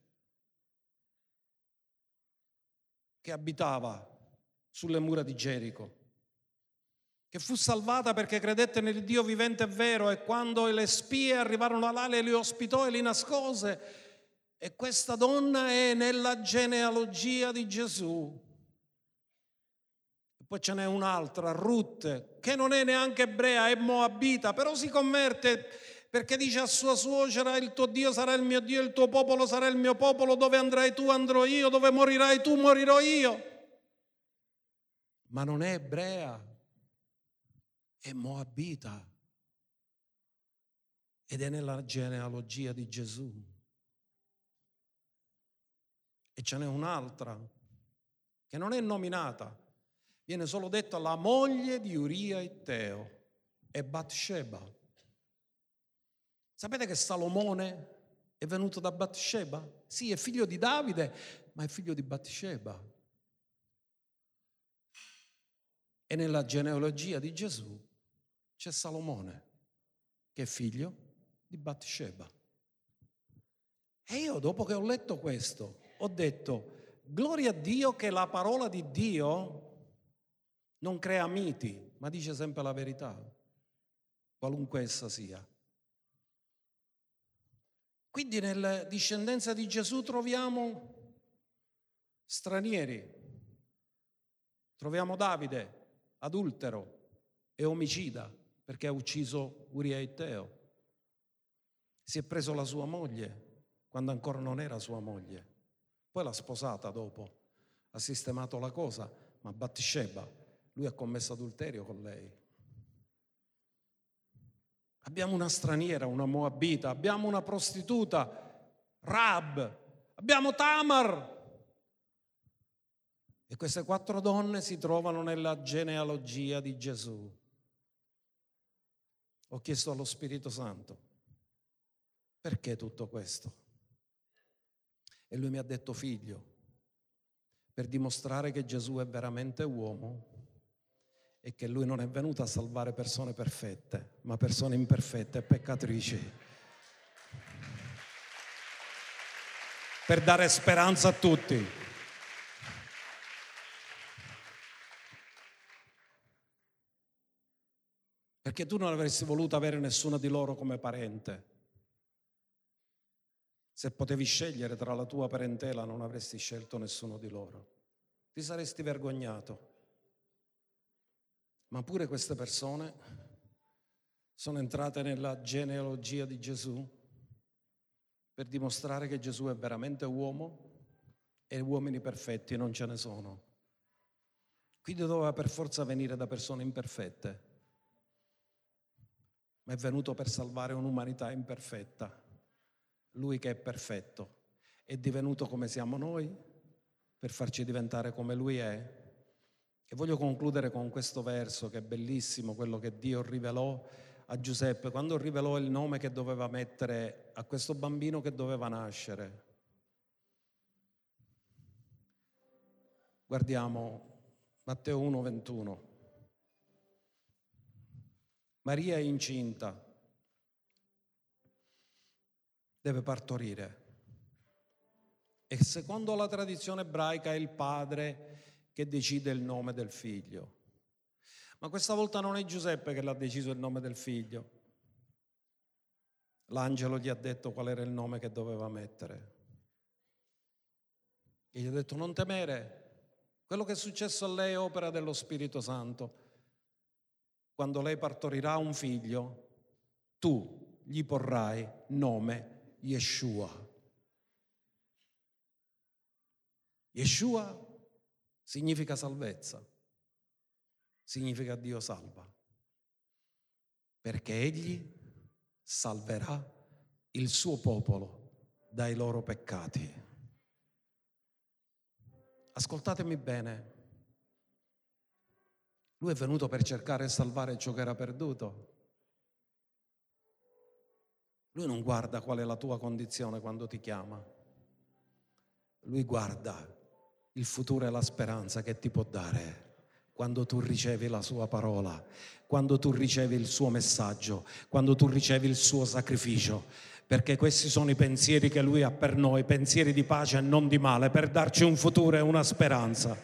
che abitava sulle mura di Gerico, che fu salvata perché credette nel Dio vivente e vero, e quando le spie arrivarono là le li ospitò e li nascose. E questa donna è nella genealogia di Gesù. E poi ce n'è un'altra, Ruth, che non è neanche ebrea, è moabita, però si converte perché dice a sua suocera: il tuo Dio sarà il mio Dio, il tuo popolo sarà il mio popolo, dove andrai tu andrò io, dove morirai tu morirò io. Ma non è ebrea, è moabita ed è nella genealogia di Gesù. E ce n'è un'altra che non è nominata, viene solo detta la moglie di Uria Itteo, è Batsheba. Sapete che Salomone è venuto da Batsheba? Sì, è figlio di Davide, ma è figlio di Batsheba. E nella genealogia di Gesù c'è Salomone, che è figlio di Batsheba. E io, dopo che ho letto questo, ho detto: gloria a Dio che la parola di Dio non crea miti, ma dice sempre la verità, qualunque essa sia. Quindi nella discendenza di Gesù troviamo stranieri, troviamo Davide, adultero e omicida, perché ha ucciso Uria Itteo. Si è preso la sua moglie quando ancora non era sua moglie, poi l'ha sposata dopo, ha sistemato la cosa, ma Batsheba, lui ha commesso adulterio con lei. Abbiamo una straniera, una moabita, abbiamo una prostituta, Rahab, abbiamo Tamar. E queste quattro donne si trovano nella genealogia di Gesù. Ho chiesto allo Spirito Santo: perché tutto questo? E lui mi ha detto: figlio, per dimostrare che Gesù è veramente uomo e che lui non è venuto a salvare persone perfette, ma persone imperfette e peccatrici, per dare speranza a tutti. perché tu non avresti voluto avere nessuno di loro come parente. Se potevi scegliere tra la tua parentela, non avresti scelto nessuno di loro. Ti saresti vergognato. Ma pure queste persone sono entrate nella genealogia di Gesù per dimostrare che Gesù è veramente uomo e uomini perfetti non ce ne sono. Quindi doveva per forza venire da persone imperfette, ma è venuto per salvare un'umanità imperfetta. Lui che è perfetto è divenuto come siamo noi per farci diventare come Lui è. E voglio concludere con questo verso che è bellissimo, quello che Dio rivelò a Giuseppe quando rivelò il nome che doveva mettere a questo bambino che doveva nascere. Guardiamo Matteo uno ventuno. Maria è incinta, deve partorire. E secondo la tradizione ebraica è il padre che decide il nome del figlio. Ma questa volta non è Giuseppe che l'ha deciso il nome del figlio. L'angelo gli ha detto qual era il nome che doveva mettere. E gli ha detto: non temere, quello che è successo a lei è opera dello Spirito Santo. Quando lei partorirà un figlio, tu gli porrai nome Yeshua. Yeshua significa salvezza, significa Dio salva, perché Egli salverà il suo popolo dai loro peccati. Ascoltatemi bene, Lui è venuto per cercare e salvare ciò che era perduto. Lui non guarda qual è la tua condizione quando ti chiama, Lui guarda il futuro e la speranza che ti può dare quando tu ricevi la sua parola, quando tu ricevi il suo messaggio, quando tu ricevi il suo sacrificio, perché questi sono i pensieri che Lui ha per noi, pensieri di pace e non di male, per darci un futuro e una speranza.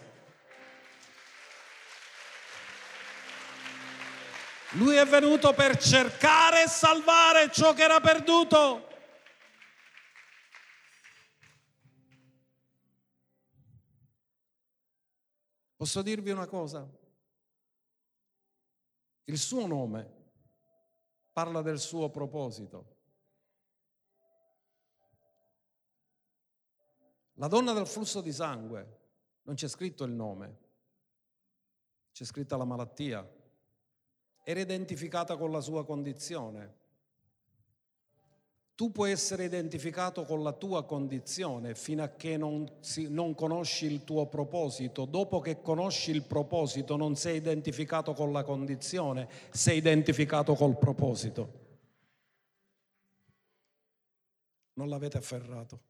Lui è venuto per cercare e salvare ciò che era perduto. Posso dirvi una cosa? Il suo nome parla del suo proposito. La donna del flusso di sangue, non c'è scritto il nome, c'è scritta la malattia, era identificata con la sua condizione. Tu puoi essere identificato con la tua condizione fino a che non, si, non conosci il tuo proposito. Dopo che conosci il proposito non sei identificato con la condizione, sei identificato col proposito. Non l'avete afferrato.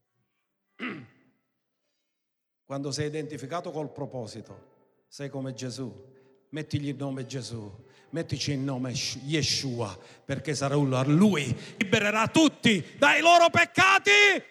Quando sei identificato col proposito, sei come Gesù. Mettigli il nome Gesù, mettici il nome Yeshua, perché sarà Lui, libererà tutti dai loro peccati.